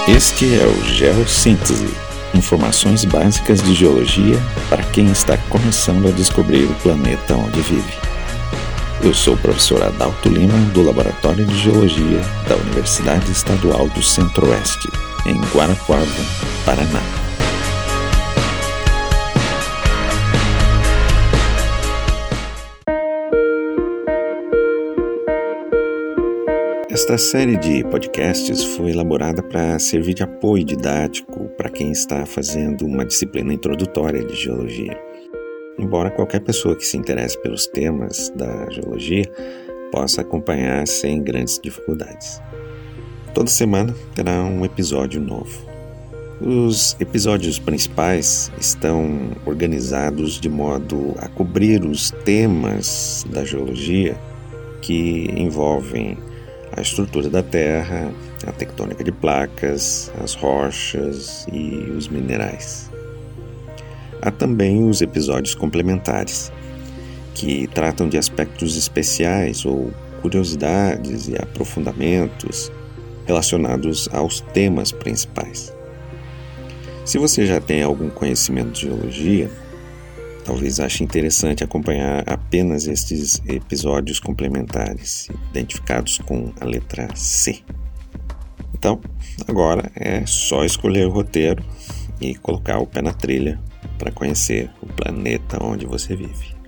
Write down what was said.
Este é o Geossíntese, informações básicas de geologia para quem está começando a descobrir o planeta onde vive. Eu sou o professor Adalto Lima, do Laboratório de Geologia da Universidade Estadual do Centro-Oeste, em Guarapuava, Paraná. Esta série de podcasts foi elaborada para servir de apoio didático para quem está fazendo uma disciplina introdutória de geologia. Embora qualquer pessoa que se interesse pelos temas da geologia possa acompanhar sem grandes dificuldades. Toda semana terá um episódio novo. Os episódios principais estão organizados de modo a cobrir os temas da geologia que envolvem a estrutura da Terra, a tectônica de placas, as rochas e os minerais. Há também os episódios complementares, que tratam de aspectos especiais ou curiosidades e aprofundamentos relacionados aos temas principais. Se você já tem algum conhecimento de geologia, talvez ache interessante acompanhar apenas estes episódios complementares, identificados com a letra C. Então, agora é só escolher o roteiro e colocar o pé na trilha para conhecer o planeta onde você vive.